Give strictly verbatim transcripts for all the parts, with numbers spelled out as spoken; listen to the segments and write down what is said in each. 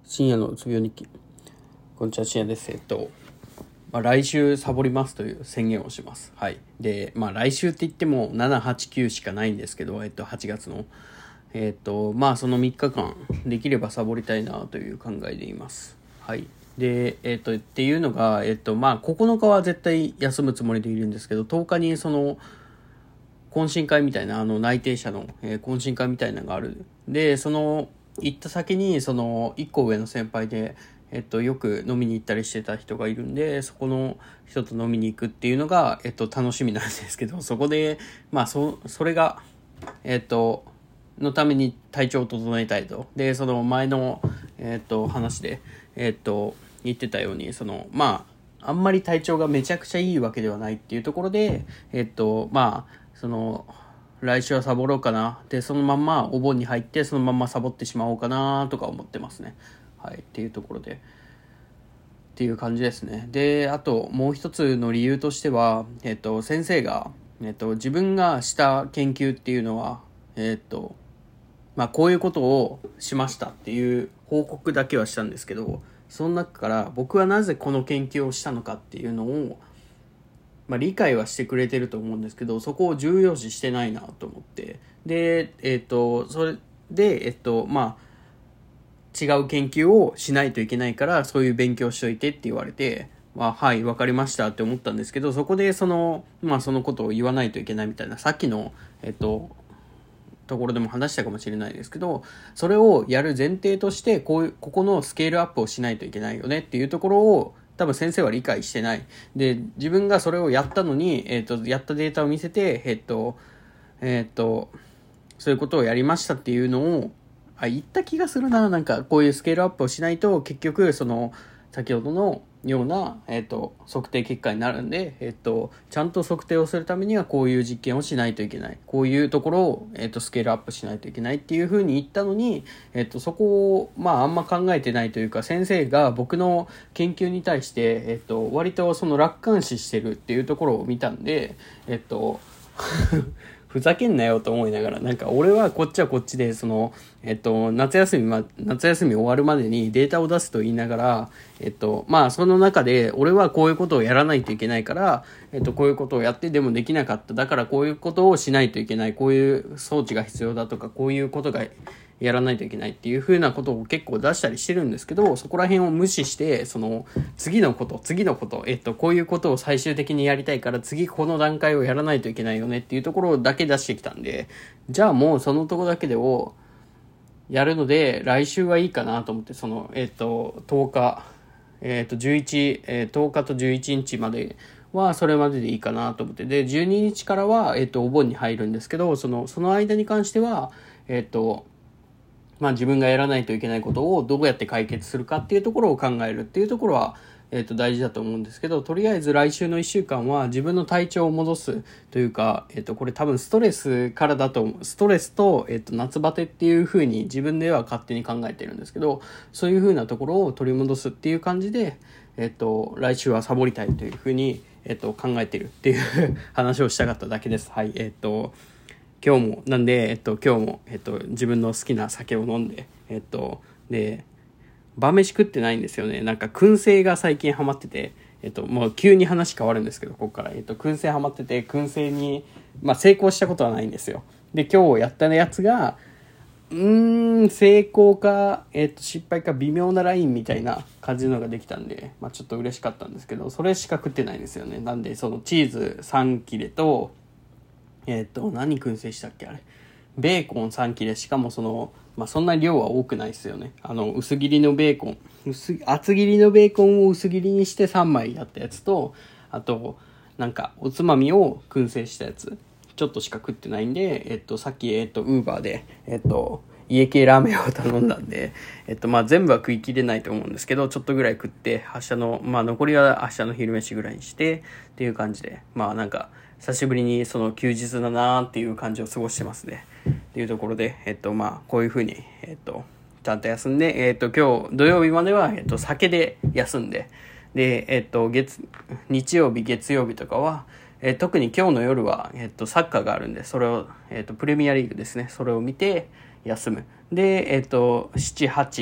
深夜のうつ病日記。こんにちは、深夜です。えっと、まあ、来週サボりますという宣言をします。はい。で、まあ来週って言ってもなな、はち、きゅうしかないんですけど、えっと、はちがつの。えっと、まあそのみっかかん、できればサボりたいなという考えでいます。はい。で、えっと、っていうのが、えっと、まあここのかは絶対休むつもりでいるんですけど、とおかにその、懇親会みたいな、あの内定者の、えー、懇親会みたいなのがある。で、その、行った先に、その、一個上の先輩で、えっと、よく飲みに行ったりしてた人がいるんで、そこの人と飲みに行くっていうのが、えっと、楽しみなんですけど、そこで、まあ、そ、それが、えっと、のために体調を整えたいと。で、その前の、えっと、話で、えっと、言ってたように、その、まあ、あんまり体調がめちゃくちゃいいわけではないっていうところで、えっと、まあ、その、来週はサボろうかな。で、そのまんまお盆に入って、そのまんまサボってしまおうかなとか思ってますね。はい。っていうところで。っていう感じですね。で、あともう一つの理由としては、えっと、先生が、えっと、自分がした研究っていうのは、えっと、まあ、こういうことをしましたっていう報告だけはしたんですけど、その中から僕はなぜこの研究をしたのかっていうのを、まあ、理解はしてくれてると思うんですけど、そこを重要視してないなと思って。で、えっと、それで、えっと、まあ、違う研究をしないといけないから、そういう勉強しといてって言われて、まあ、はい、わかりましたって思ったんですけど、そこでその、まあ、そのことを言わないといけないみたいな、さっきの、えっと、ところでも話したかもしれないですけど、それをやる前提として、こういう、ここのスケールアップをしないといけないよねっていうところを、多分先生は理解してない。で、自分がそれをやったのに、えっと、やったデータを見せて、えっと、えっと、そういうことをやりましたっていうのを、あ、言った気がするな。なんか、こういうスケールアップをしないと、結局、その、先ほどのような、えっと、測定結果になるんで、えっと、ちゃんと測定をするためには、こういう実験をしないといけない。こういうところを、えっと、スケールアップしないといけないっていうふうに言ったのに、えっと、そこを、まあ、あんま考えてないというか、先生が僕の研究に対して、えっと、割とその楽観視してるっていうところを見たんで、えっと、ふざけんなよと思いながら、なんか俺はこっちはこっちで、その、えっと、夏休みま、夏休み終わるまでにデータを出すと言いながら、えっと、まあ、その中で、俺はこういうことをやらないといけないから、えっと、こういうことをやってでもできなかった。だからこういうことをしないといけない。こういう装置が必要だとか、こういうことがやらないといけないっていう風なことを結構出したりしてるんですけど、そこら辺を無視して、その、次のこと、次のこと、えっと、こういうことを最終的にやりたいから、次この段階をやらないといけないよねっていうところだけ出してきたんで、じゃあもうそのとこだけでをやるので、来週はいいかなと思って、その、えっと、とおか、えっと、じゅういち、えー、とおかとじゅういちにちまではそれまででいいかなと思って、で、じゅうににちからは、えっと、お盆に入るんですけど、その、その間に関しては、えっと、まあ自分がやらないといけないことをどうやって解決するかっていうところを考えるっていうところは、えっと大事だと思うんですけど、とりあえず来週のいっしゅうかんは自分の体調を戻すというか、えっとこれ多分ストレスからだと思う。ストレスと、えっと夏バテっていう風に自分では勝手に考えてるんですけど、そういう風なところを取り戻すっていう感じで、えっと来週はサボりたいという風に、えっと考えてるっていう話をしたかっただけです。はい、えっと今日も、なんで、えっと、今日も、えっと、自分の好きな酒を飲んで、えっと、で、晩飯食ってないんですよね。なんか、燻製が最近ハマってて、えっと、もう急に話変わるんですけど、ここから、えっと、燻製ハマってて、燻製に、まあ、成功したことはないんですよ。で、今日やったやつが、うーん、成功か、えっと、失敗か微妙なラインみたいな感じのができたんで、まあ、ちょっと嬉しかったんですけど、それしか食ってないんですよね。なんで、そのチーズさん切れと、えっと、何燻製したっけあれ。ベーコンさん切れ、しかもその、まあ、そんな量は多くないですよね。あの、薄切りのベーコン、薄、厚切りのベーコンを薄切りにしてさんまいやったやつと、あと、なんか、おつまみを燻製したやつ、ちょっとしか食ってないんで、えっと、さっき、えっと、ウーバーで、えっと、家系ラーメンを頼んだんで、えっと、まあ、全部は食い切れないと思うんですけど、ちょっとぐらい食って、明日の、まあ、残りは明日の昼飯ぐらいにして、っていう感じで、まあ、なんか、久しぶりにその休日だなーっていう感じを過ごしてますね。っていうところで、えっと、まあ、こういう風に、えっと、ちゃんと休んで、えっと、今日、土曜日までは、えっと、酒で休んで、で、えっと、月、日曜日、月曜日とかは、えー、特に今日の夜は、えっと、サッカーがあるんで、それを、えっと、プレミアリーグですね、それを見て休む。で、えっと、しち、はち、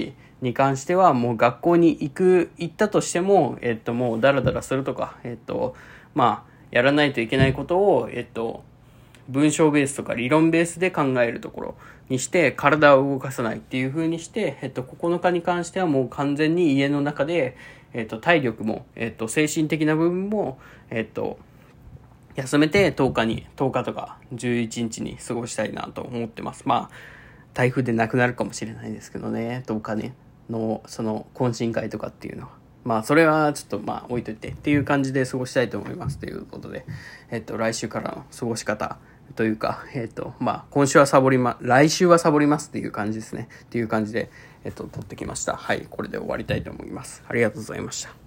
に関してはもう学校に行く、行ったとしても、えっと、もうダラダラするとか、えっと、まあ、やらないといけないことを、えっと、文章ベースとか理論ベースで考えるところにして、体を動かさないっていう風にして、えっと、ここのかに関してはもう完全に家の中で、えっと、体力も、えっと、精神的な部分も、えっと、休めてとおかに、とおかとかじゅういちにちに過ごしたいなと思ってます。まあ、台風でなくなるかもしれないですけどね、とおかね、の、その、懇親会とかっていうのは。まあ、それはちょっとまあ、置いといてっていう感じで過ごしたいと思いますということで、えっと、来週からの過ごし方、というか、えっと、まあ、今週はサボりま、来週はサボりますっていう感じですね。っていう感じで、えっと、撮ってきました。はい、これで終わりたいと思います。ありがとうございました。